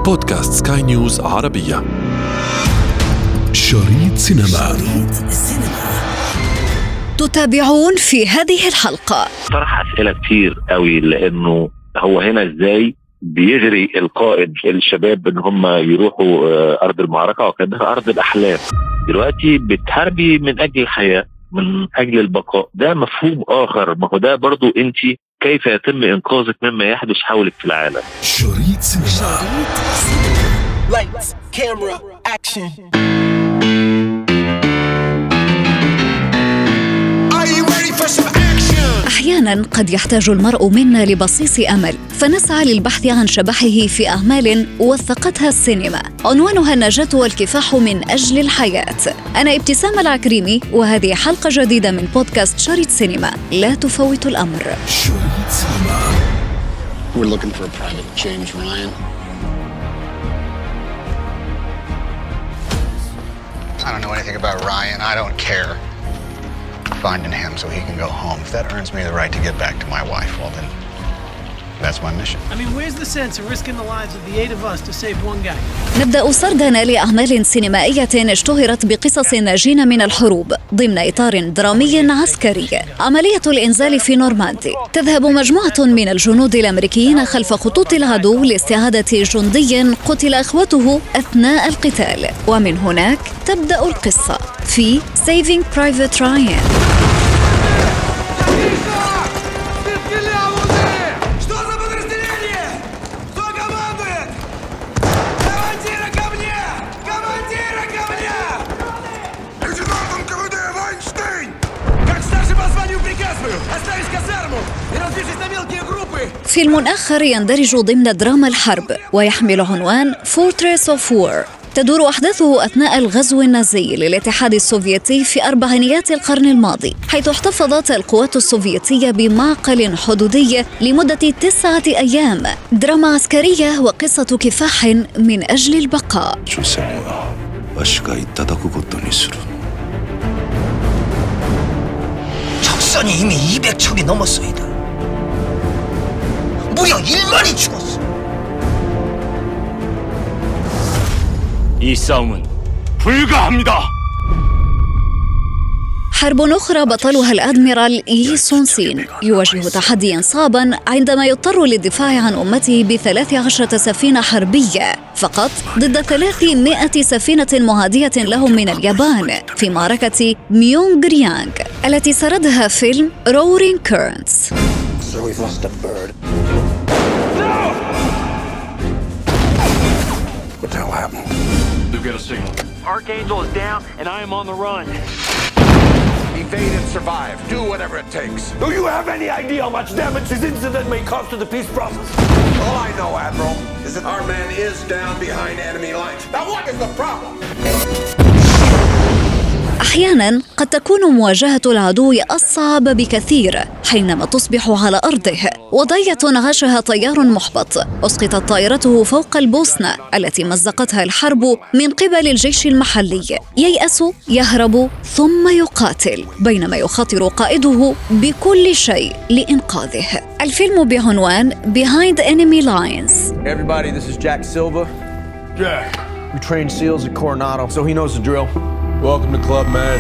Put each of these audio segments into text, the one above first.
بودكاست سكاي نيوز عربية. شريط سينما. تتابعون في هذه الحلقة طرح أسئلة كتير قوي، لأنه هو هنا إزاي بيجري القائد الشباب إن هم يروحوا أرض المعركة وكأنها أرض الأحلام. دلوقتي بتحاربي من أجل الحياة، من أجل البقاء. ده مفهوم آخر، ما هو ده برضو أنت كيف يتم إنقاذك مما يحدث حولك في العالم. شريط سينما. Lights, camera, action. Are you ready for some action? أحياناً قد يحتاج المرء منا لبصيص أمل، فنسعى للبحث عن شبحه في أعمال وثقتها السينما، عنوانها النجاة والكفاح من أجل الحياة. أنا ابتسام العكريمي، وهذه حلقة جديدة من بودكاست شريط سينما. لا تفوت الأمر. شريط سينما. We're looking for a private James Ryan. I don't know anything about Ryan. I don't care. Finding him so he can go home. If that earns me the right to get back to my wife, well then, that's my mission. I mean, where's the sense of risking the lives of the 8 of us to save one guy? نبدأ سردنا لأعمال سينمائية اشتهرت بقصص الناجين من الحروب ضمن إطار درامي عسكري. عملية الإنزال في نورماندي. تذهب مجموعة من الجنود الأمريكيين خلف خطوط العدو لاستعادة جندي قتل إخوته أثناء القتال، ومن هناك تبدأ القصة في Saving Private Ryan. فيلم آخر يندرج ضمن دراما الحرب ويحمل عنوان Fortress of War. تدور أحداثه أثناء الغزو النازي للاتحاد السوفيتي في أربعينيات القرن الماضي، حيث احتفظت القوات السوفيتية بمعقل حدودي لمدة 9 أيام. دراما عسكرية وقصة كفاح من أجل البقاء. 적선이 이미 200척이 넘었어이다. 무려 1만이 죽었어. 이 싸움은 불가합니다. حرب أخرى بطلها الأدميرال يي سون سين يواجه تحدياً صعباً عندما يضطر للدفاع عن أمته ب13 سفينة حربية فقط ضد 300 سفينة مهادية لهم من اليابان في معركة ميونغريانغ التي سردها فيلم Roaring Currents. What the hell happened? You get a signal. Archangel is down and I am on the run. Evade and survive. Do whatever it takes. Do you have any idea how much damage this incident may cause to the peace process? All I know, Admiral, is that our man is down behind enemy lines. Now what is the problem? أحياناً قد تكون مواجهة العدو أصعب بكثير حينما تصبح على أرضه. وضية عاشها طيار محبط أسقطت طائرته فوق البوسنة التي مزقتها الحرب من قبل الجيش المحلي. ييأس، يهرب، ثم يقاتل، بينما يخاطر قائده بكل شيء لإنقاذه. الفيلم بعنوان Behind Enemy Lines. Everybody, this is Jack Silva. Jack. We train SEALs at Coronado, so he knows the drill. Welcome to Club Med.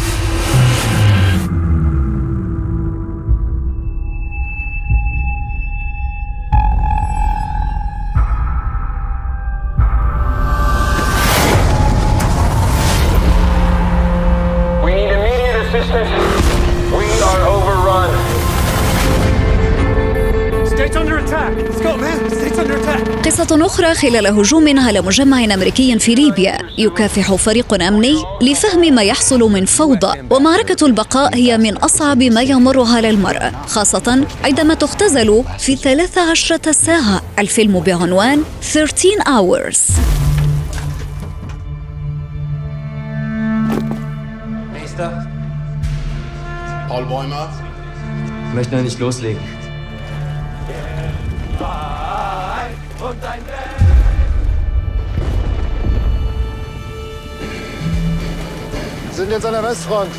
We need immediate assistance. We are overrun. State's under attack. Let's go, man. State's under attack. قصة أخرى خلال هجوم على مجمع أمريكي في ليبيا يكافح فريق أمني لفهم ما يحصل من فوضى، ومعركة البقاء هي من أصعب ما يمر على المرء، خاصة عندما تختزل في 13 ساعة. الفيلم بعنوان 13 Hours. Paul Bäumer. Ich möchte noch nicht loslegen. Wir sind jetzt an der Westfront.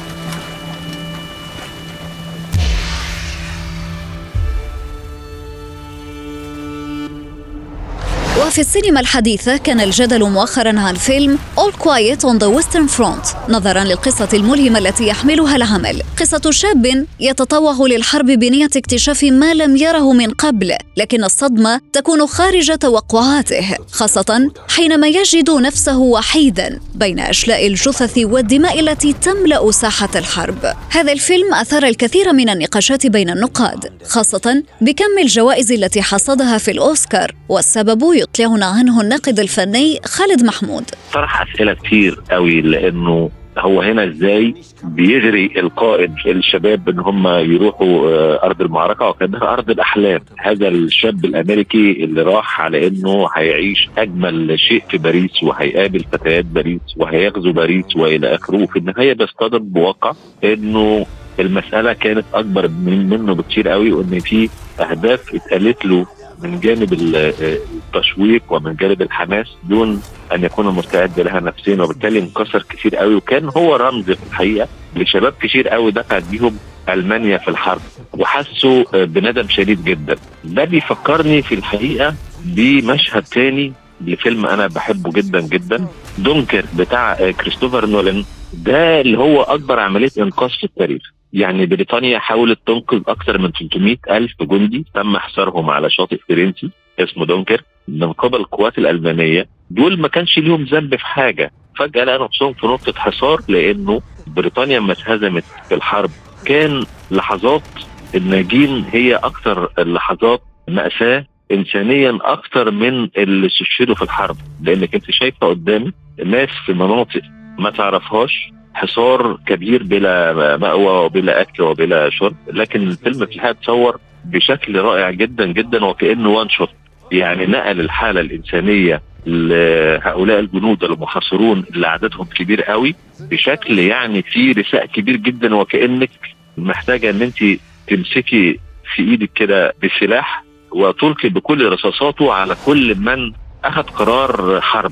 وفي السينما الحديثة كان الجدل مؤخراً عن فيلم All Quiet on the Western Front نظراً للقصة الملهمة التي يحملها العمل. قصة شاب يتطوع للحرب بنية اكتشاف ما لم يره من قبل، لكن الصدمة تكون خارج توقعاته، خاصة حينما يجد نفسه وحيداً بين أشلاء الجثث والدماء التي تملأ ساحة الحرب. هذا الفيلم أثار الكثير من النقاشات بين النقاد، خاصة بكم الجوائز التي حصدها في الأوسكار، والسبب يطلعنا عنه الناقد الفني خالد محمود. طرح أسئلة كتير قوي، لأنه هو هنا ازاي بيجري القائد الشباب ان هم يروحوا ارض المعركه وكانها ارض الاحلام. هذا الشاب الامريكي اللي راح على انه هيعيش اجمل شيء في باريس وهيقابل فتيات باريس وهيغزو باريس والى اخره، وفي النهايه بيصطدم بواقع انه المساله كانت اكبر منه بكتير قوي، وان في اهداف اتقالت له من جانب التشويق ومن جانب الحماس دون ان يكون مستعد لها نفسيا، وبالتالي انكسر كثير قوي، وكان هو رمز في الحقيقه لشباب كثير قوي دفعت بيهم المانيا في الحرب وحسوا بندم شديد جدا. ده بيفكرني في الحقيقه بمشهد تاني لفيلم انا بحبه جدا جدا، دونكر بتاع كريستوفر نولان. ده اللي هو اكبر عمليه انقاذ في التاريخ. يعني بريطانيا حاولت تنقذ أكثر من 300,000 جندي تم حصارهم على شاطئ فرنسي اسمه دونكر من قبل القوات الألمانية. دول ما كانش ليهم ذنب في حاجة، فجأة لقوا نفسهم في نقطة حصار، لأنه بريطانيا ما اتهزمت في الحرب. كان لحظات الناجين هي أكثر اللحظات مأساة إنسانيا أكثر من اللي استشهدوا في الحرب، لأنك أنت شايفة قدامك ناس في مناطق ما تعرفهاش، حصار كبير بلا مأوى وبلا أكل وبلا شرب، لكن الفيلم في الحقيقة تصور بشكل رائع جدا جدا وكأنه وان شوت، يعني نقل الحالة الإنسانية لهؤلاء الجنود المحاصرون اللي عددهم كبير قوي بشكل يعني فيه رثاء كبير جدا، وكأنك محتاجة ان انت تمسكي في ايدك كده بالسلاح وتلقي بكل رصاصاته على كل من أخذ قرار حرب،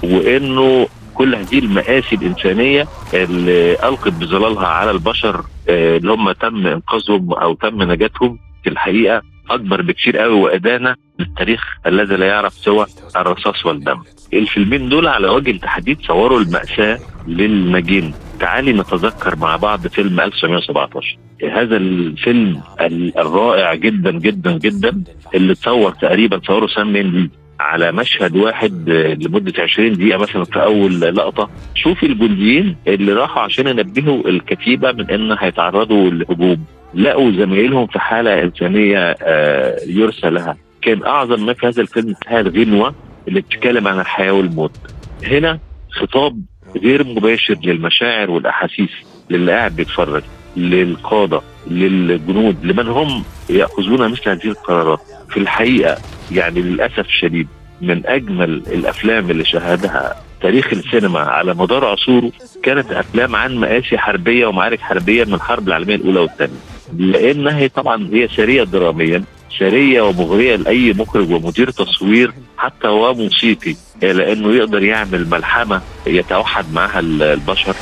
وإنه كل هذه المآسي الإنسانية اللي ألقت بظلالها على البشر اللي هم تم إنقاذهم أو تم نجاتهم في الحقيقة أكبر بكثير قوي وأدانا للتاريخ الذي لا يعرف سوى الرصاص والدم. الفيلمين دول على وجه التحديد صوروا المأساة للناجين. تعالي نتذكر مع بعض فيلم 1917. هذا الفيلم الرائع جدا جدا جدا اللي صوره سام مينديز على مشهد واحد لمدة 20 دقيقة مثلا في أول لقطة. شوفي الجنديين اللي راحوا عشان ينبهوا الكتيبة من أن هيتعرضوا للهجوم، لقوا زمايلهم في حالة إنسانية يرثى لها. كان أعظم ما في هذا الفيلم هذه الغنوة اللي بتتكلم عن الحياة والموت. هنا خطاب غير مباشر للمشاعر والأحاسيس للي قاعد بيتفرج، للقادة، للجنود، لمن هم يأخذون مثل هذه القرارات. في الحقيقة يعني للأسف الشديد من أجمل الأفلام اللي شاهدها تاريخ السينما على مدار عصوره كانت أفلام عن مآسي حربية ومعارك حربية من الحرب العالمية الأولى والثانية، لأنها طبعا هي سرية دراميا، سرية ومغرية لأي مخرج ومدير تصوير حتى وموسيقي، لأنه يقدر يعمل ملحمة يتوحد معها البشر.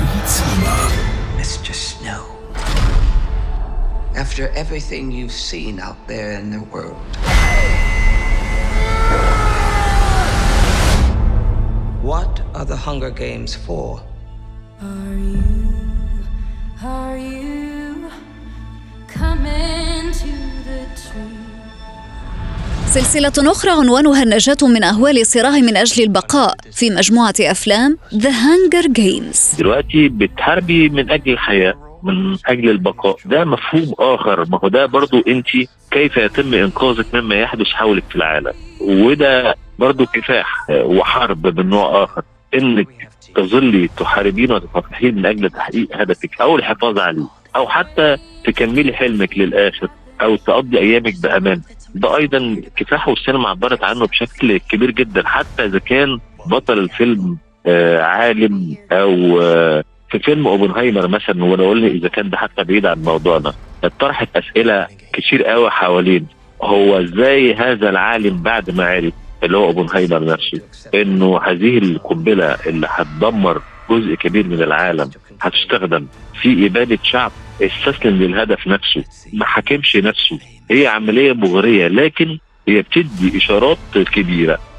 Mr. Snow, after everything you've seen out there in the world, what are the Hunger Games for? Are you coming to the tree? سلسلة أخرى عنوانها النجاة من أهوال الصراع من أجل البقاء في مجموعة أفلام The Hunger Games. دلوقتي بتحاربي من أجل الحياة، من أجل البقاء. ده مفهوم آخر، ما هو ده برضو أنت كيف يتم إنقاذك مما يحدث حولك في العالم، وده برضو كفاح وحرب من نوع آخر، إنك تظلي تحاربين وتفتحين من أجل تحقيق هدفك أو الحفاظ عليه، أو حتى تكملي حلمك للآخر، أو تقضي أيامك بأمان. ده أيضا كفاح، والسينما عبرت عنه بشكل كبير جدا، حتى إذا كان بطل الفيلم عالم أو في فيلم اوبنهايمر مثلا، وانا قلنا اذا كان ده حتى بعيد عن موضوعنا، اتطرحت اسئله كتير قوي حوالين هو ازاي هذا العالم بعد ما عرف اللي هو اوبنهايمر نفسه انه هذه القنبله اللي هتدمر جزء كبير من العالم هتستخدم في اباده شعب، استسلم للهدف نفسه، ما حكمش نفسه. هي عمليه مغريه، لكن هي بتدي اشارات كبيره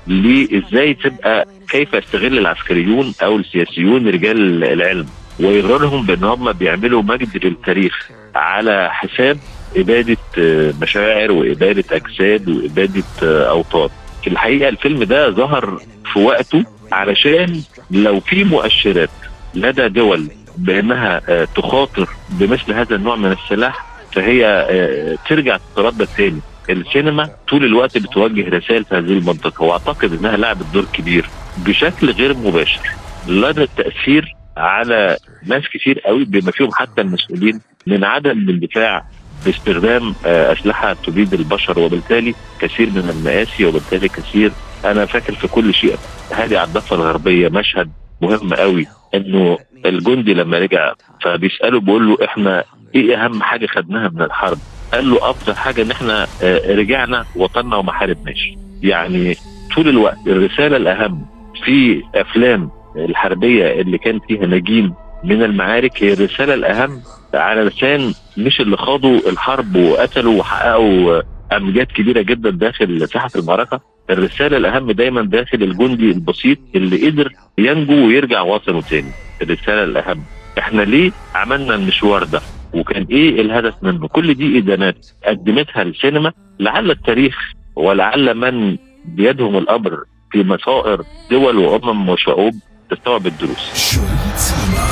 لازاي تبقى كيف يستغل العسكريون او السياسيون رجال العلم ويغررهم بان هم بيعملوا مجد للتاريخ على حساب اباده مشاعر واباده اجساد واباده اوطان. في الحقيقه الفيلم ده ظهر في وقته علشان لو في مؤشرات لدى دول بانها تخاطر بمثل هذا النوع من السلاح فهي ترجع تتردد تاني. السينما طول الوقت بتوجه رسائل في هذه المنطقه، واعتقد انها لعبت دور كبير بشكل غير مباشر لدى التاثير على ناس كتير قوي بما فيهم حتى المسؤولين من عدم الاندفاع باستخدام اسلحه تبيد البشر، وبالتالي كثير من المآسي وبالتالي كثير. انا فاكر في كل شيء هذه على الضفه الغربيه مشهد مهم قوي، انه الجندي لما رجع فبيساله بيقول له احنا ايه اهم حاجه خدناها من الحرب؟ قال له افضل حاجه ان احنا رجعنا وطننا وما حاربناش. يعني طول الوقت الرساله الاهم في افلام الحربيه اللي كان فيها نجين من المعارك هي الرساله الاهم على لسان مش اللي خاضوا الحرب وقتلوا وحققوا امجاد كبيره جدا داخل ساحه المعركه. الرساله الاهم دايما داخل الجندي البسيط اللي قدر ينجو ويرجع وطنه تاني. الرساله الاهم احنا ليه عملنا المشوار ده وكان ايه الهدف منه. كل دي ادانات قدمتها السينما، لعل التاريخ ولعل من بيدهم الامر في مصائر دول وامم وشعوب تستوعب الدروس. شريط سينما.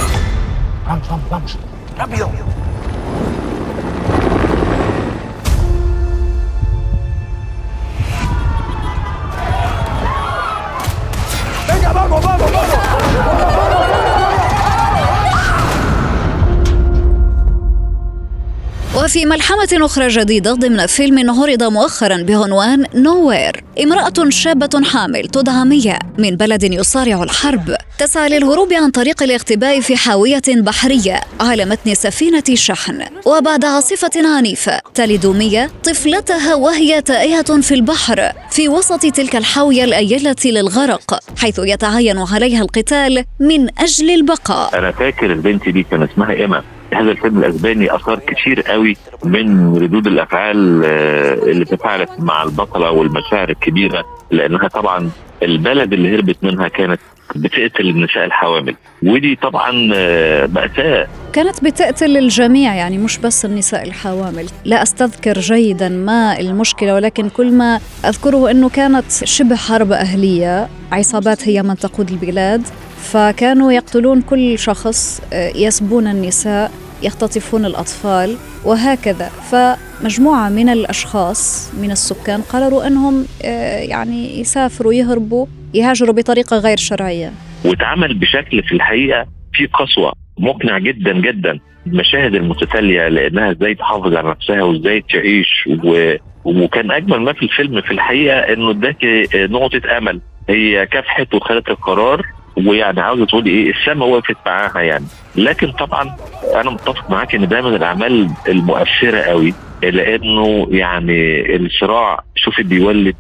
وفي ملحمة أخرى جديدة ضمن فيلم عرض مؤخرا بعنوان نوير، امرأة شابة حامل تدعى ميا من بلد يصارع الحرب تسعى للهروب عن طريق الاختباء في حاوية بحرية على متن سفينة شحن، وبعد عاصفة عنيفة تلد ميا طفلتها وهي تائهة في البحر في وسط تلك الحاوية الآيلة للغرق، حيث يتعين عليها القتال من أجل البقاء. أنا فاكر البنت دي كان اسمها إيما. هذا الفيلم الأسباني أثار كتير قوي من ردود الأفعال اللي تفاعلت مع البطلة والمشاعر الكبيرة، لأنها طبعا البلد اللي هربت منها كانت بتقتل النساء الحوامل، ودي طبعا مأساة كانت بتقتل الجميع، يعني مش بس النساء الحوامل. لا أستذكر جيدا ما المشكلة، ولكن كل ما أذكره أنه كانت شبه حرب أهلية، عصابات هي من تقود البلاد، فكانوا يقتلون كل شخص، يسبون النساء، يختطفون الأطفال وهكذا. فمجموعة من الأشخاص من السكان قرروا أنهم يعني يسافروا يهربوا يهاجروا بطريقة غير شرعية، واتعمل بشكل في الحقيقة في قسوة مقنع جدا جدا. المشاهد المتتالية لأنها ازاي تحافظ على نفسها وازاي تعيش وكان أجمل ما في الفيلم في الحقيقة أنه اداك نقطة أمل. هي كافحت وخدت القرار، ويعني عاوزة تقولي ايه السما وقفت معاها يعني. لكن طبعا انا متفق معاك ان دايما الاعمال المؤثرة قوي لانه يعني الصراع شوفي بيولد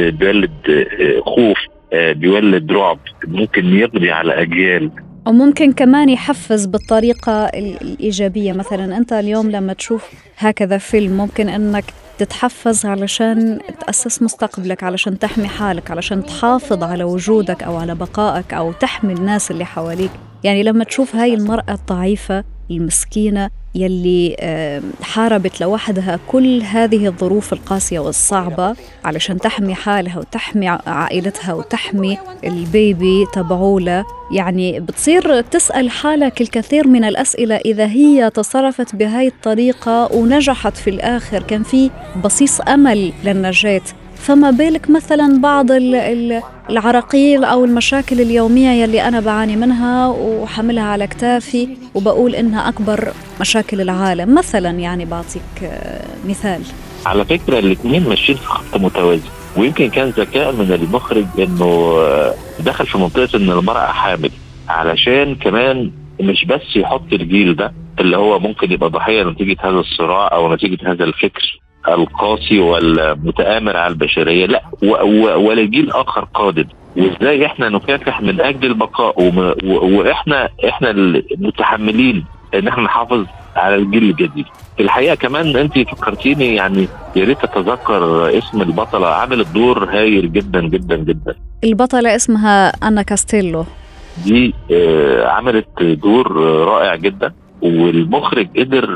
خوف، بيولد رعب، ممكن يقضي على اجيال، أو ممكن كمان يحفز بالطريقة الإيجابية. مثلا أنت اليوم لما تشوف هكذا فيلم ممكن أنك تتحفز علشان تأسس مستقبلك، علشان تحمي حالك، علشان تحافظ على وجودك أو على بقائك أو تحمي الناس اللي حواليك. يعني لما تشوف هاي المرأة الضعيفة المسكينة يلي حاربت لوحدها كل هذه الظروف القاسية والصعبة علشان تحمي حالها وتحمي عائلتها وتحمي البيبي تبعوله، يعني بتصير تسأل حالك الكثير من الأسئلة. إذا هي تصرفت بهاي الطريقة ونجحت في الآخر، كان في بصيص أمل للنجاة، فما بالك مثلا بعض العراقيل أو المشاكل اليومية يلي أنا بعاني منها وحملها على كتافي وبقول إنها أكبر مشاكل العالم مثلا. يعني بعطيك مثال. على فكرة الاثنين ماشيين في خط متوازي، ويمكن كان ذكاء من المخرج إنه دخل في منطقة إن المرأة حامل علشان كمان مش بس يحط الجيل ده اللي هو ممكن يبقى ضحية نتيجة هذا الصراع أو نتيجة هذا الفكر القاسي والمتآمر على البشرية، لا ولا جيل آخر قادم. وإزاي إحنا نكافح من أجل البقاء وإحنا المتحملين إن إحنا نحافظ على الجيل الجديد. في الحقيقه كمان انت فكرتيني، يعني يا ريت اتذكر اسم البطله، عملت دور هايل جدا جدا جدا. البطله اسمها أنا كاستيلو. دي عملت دور رائع جدا، والمخرج قدر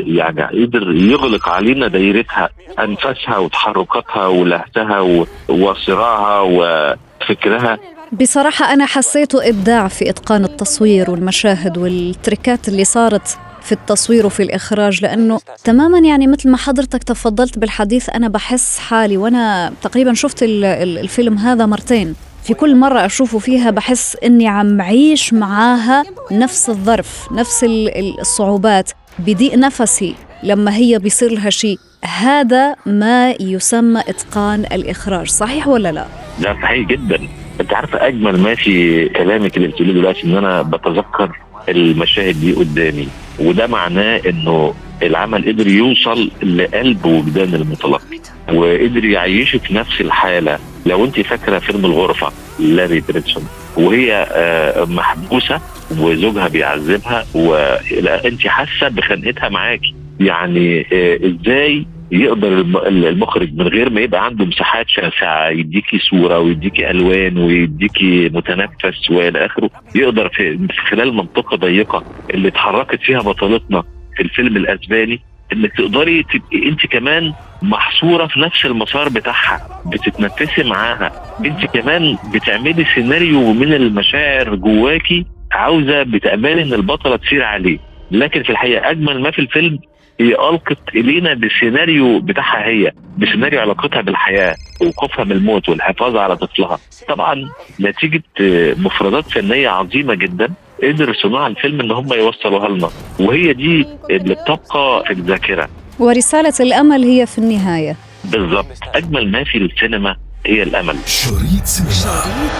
يغلق علينا دايرتها، انفاسها وتحركاتها ولهجتها وصراعها وفكرها. بصراحة أنا حسيته إبداع في إتقان التصوير والمشاهد والتركات اللي صارت في التصوير وفي الإخراج، لأنه تماماً يعني مثل ما حضرتك تفضلت بالحديث، أنا بحس حالي وأنا تقريباً شفت الفيلم هذا مرتين، في كل مرة أشوفه فيها بحس إني عم عيش معاها نفس الظرف، نفس الصعوبات، بضيق نفسي لما هي بيصير لها شيء. هذا ما يسمى إتقان الإخراج، صحيح ولا لا؟ لا صحيح جدا. انت عارفه اجمل ما في كلامك اللي بتقوليه دلوقتي ان انا بتذكر المشاهد دي قدامي، وده معناه انه العمل قدر يوصل لقلب وجدان المتلقي وقدر يعيشه في نفس الحاله. لو انت فاكره فيلم الغرفه لاري بريتشون، وهي محبوسه وزوجها بيعذبها وانت حاسه بخنقتها معاكي، يعني ازاي يقدر المخرج من غير ما يبقى عنده مساحات شاسعه يديكي صوره ويديكي الوان ويديكي متنفس والى اخره، يقدر في خلال منطقه ضيقه اللي اتحركت فيها بطلتنا في الفيلم الاسباني، انك تقدري تبقي انت كمان محصوره في نفس المسار بتاعها، بتتنفسي معاها، انت كمان بتعملي سيناريو من المشاعر جواكي، عاوزه بتأملي ان البطله تسير عليه. لكن في الحقيقه اجمل ما في الفيلم هي ألقت إلينا بالسيناريو بتاعها، هي بسيناريو علاقتها بالحياة ووقوفها من الموت والحفاظ على طفلها. طبعا نتيجة مفردات فنية عظيمة جدا قدر صناع الفيلم ان هم يوصلوها لنا، وهي دي اللي بتبقى في الذاكرة. ورسالة الأمل هي في النهاية. بالضبط، أجمل ما في السينما هي الأمل. شريط سينما.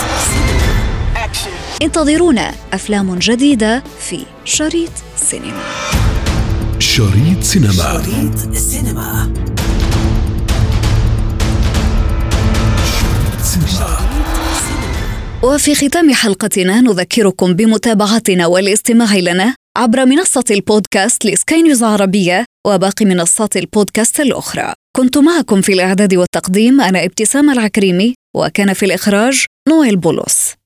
انتظرونا أفلام جديدة في شريط سينما. شريط سينما. شريط سينما. وفي ختام حلقتنا نذكركم بمتابعتنا والاستماع لنا عبر منصة البودكاست لسكاي نيوز عربية وباقي منصات البودكاست الأخرى. كنت معكم في الإعداد والتقديم أنا ابتسام العكريمي، وكان في الإخراج نويل بولس.